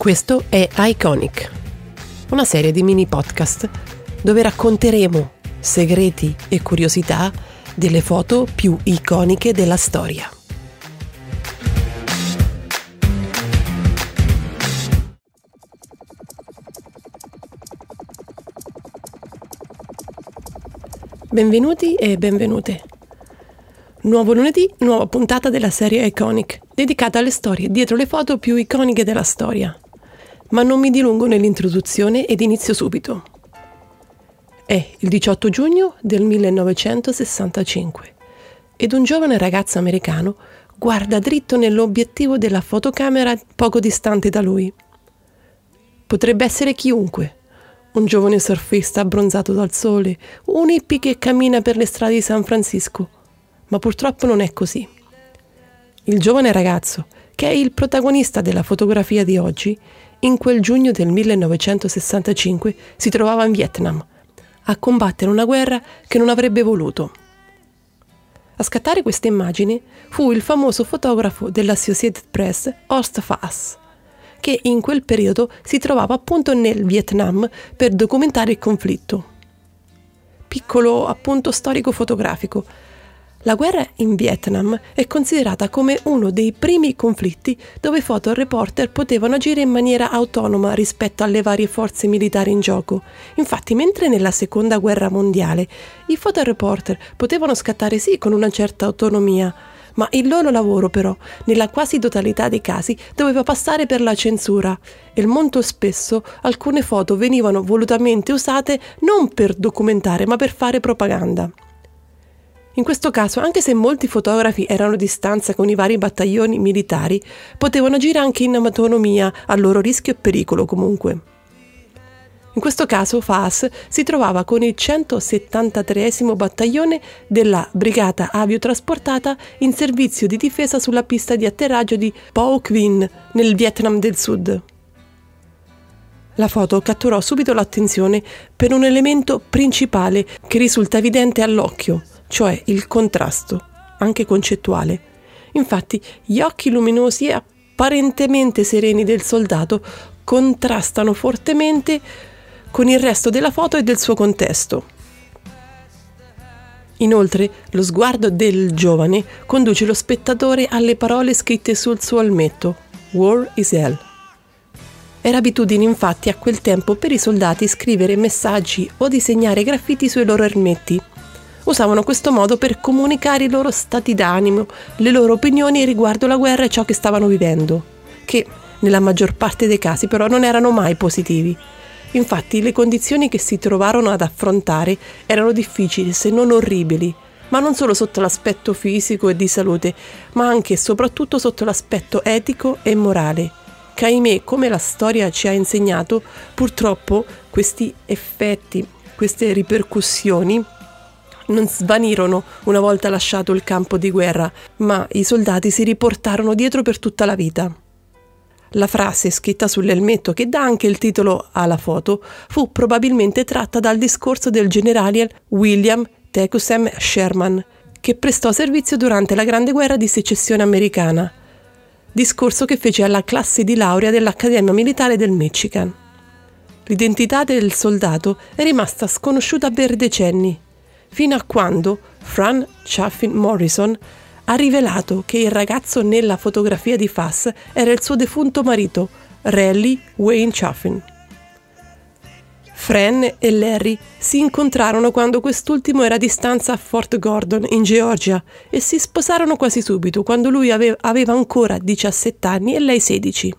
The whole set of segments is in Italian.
Questo è Iconic, una serie di mini podcast dove racconteremo segreti e curiosità delle foto più iconiche della storia. Benvenuti e benvenute. Nuovo lunedì, nuova puntata della serie Iconic, dedicata alle storie dietro le foto più iconiche della storia. Ma non mi dilungo nell'introduzione ed inizio subito. È il 18 giugno del 1965 ed un giovane ragazzo americano guarda dritto nell'obiettivo della fotocamera poco distante da lui. Potrebbe essere chiunque. Un giovane surfista abbronzato dal sole, un hippie che cammina per le strade di San Francisco. Ma purtroppo non è così. Il giovane ragazzo, che è il protagonista della fotografia di oggi, in quel giugno del 1965 si trovava in Vietnam, a combattere una guerra che non avrebbe voluto. A scattare questa immagine fu il famoso fotografo dell'Associated Press Horst Fass, che in quel periodo si trovava appunto nel Vietnam per documentare il conflitto. Piccolo appunto storico fotografico. La guerra in Vietnam è considerata come uno dei primi conflitti dove i fotoreporter potevano agire in maniera autonoma rispetto alle varie forze militari in gioco. Infatti, mentre nella Seconda Guerra Mondiale i fotoreporter potevano scattare sì con una certa autonomia, ma il loro lavoro però, nella quasi totalità dei casi, doveva passare per la censura e molto spesso alcune foto venivano volutamente usate non per documentare ma per fare propaganda. In questo caso, anche se molti fotografi erano a distanza con i vari battaglioni militari, potevano agire anche in autonomia, a loro rischio e pericolo comunque. In questo caso Fass si trovava con il 173° battaglione della brigata aviotrasportata in servizio di difesa sulla pista di atterraggio di Pau Quyen, nel Vietnam del Sud. La foto catturò subito l'attenzione per un elemento principale che risulta evidente all'occhio, cioè il contrasto, anche concettuale. Infatti, gli occhi luminosi e apparentemente sereni del soldato contrastano fortemente con il resto della foto e del suo contesto. Inoltre, lo sguardo del giovane conduce lo spettatore alle parole scritte sul suo elmetto: War is hell. Era abitudine infatti a quel tempo per i soldati scrivere messaggi o disegnare graffiti sui loro elmetti. Usavano questo modo per comunicare i loro stati d'animo, le loro opinioni riguardo la guerra e ciò che stavano vivendo, che nella maggior parte dei casi però non erano mai positivi. Infatti le condizioni che si trovarono ad affrontare erano difficili se non orribili, ma non solo sotto l'aspetto fisico e di salute, ma anche e soprattutto sotto l'aspetto etico e morale, che ahimè, come la storia ci ha insegnato, purtroppo questi effetti, queste ripercussioni non svanirono una volta lasciato il campo di guerra, ma i soldati si riportarono dietro per tutta la vita. La frase scritta sull'elmetto, che dà anche il titolo alla foto, fu probabilmente tratta dal discorso del generale William Tecumseh Sherman, che prestò servizio durante la Grande Guerra di Secessione americana, discorso che fece alla classe di laurea dell'Accademia Militare del Michigan. L'identità del soldato è rimasta sconosciuta per decenni, fino a quando Fran Chaffin Morrison ha rivelato che il ragazzo nella fotografia di Fass era il suo defunto marito, Raleigh Wayne Chaffin. Fran e Larry si incontrarono quando quest'ultimo era a distanza a Fort Gordon, in Georgia, e si sposarono quasi subito, quando lui aveva ancora 17 anni e lei 16.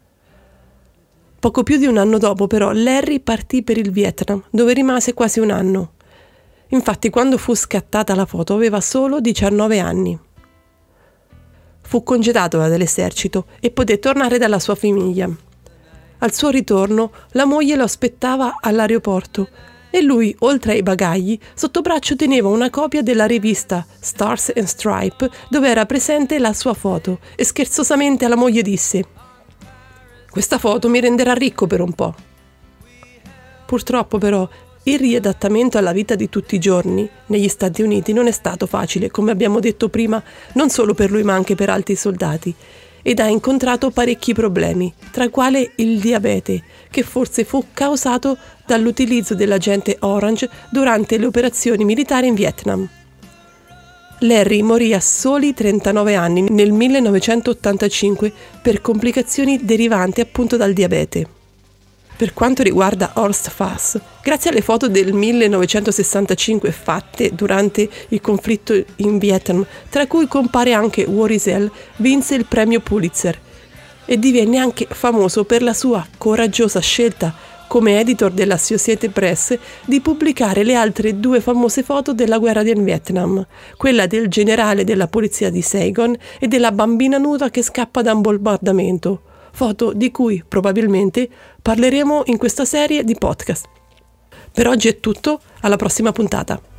Poco più di un anno dopo, però, Larry partì per il Vietnam, dove rimase quasi un anno. Infatti, quando fu scattata la foto aveva solo 19 anni. Fu congedato dall'esercito e poté tornare dalla sua famiglia. Al suo ritorno, la moglie lo aspettava all'aeroporto e lui, oltre ai bagagli, sotto braccio teneva una copia della rivista Stars and Stripes dove era presente la sua foto e scherzosamente alla moglie disse: «Questa foto mi renderà ricco per un po'». Purtroppo però il riadattamento alla vita di tutti i giorni negli Stati Uniti non è stato facile, come abbiamo detto prima, non solo per lui ma anche per altri soldati, ed ha incontrato parecchi problemi, tra i quali il diabete, che forse fu causato dall'utilizzo dell'agente Orange durante le operazioni militari in Vietnam. Larry morì a soli 39 anni nel 1985 per complicazioni derivanti appunto dal diabete. Per quanto riguarda Horst Fass, grazie alle foto del 1965 fatte durante il conflitto in Vietnam, tra cui compare anche War is Hell, vinse il premio Pulitzer e divenne anche famoso per la sua coraggiosa scelta come editor della Associated Press di pubblicare le altre 2 famose foto della guerra del Vietnam, quella del generale della polizia di Saigon e della bambina nuda che scappa da un bombardamento, foto di cui probabilmente parleremo in questa serie di podcast. Per oggi è tutto, alla prossima puntata.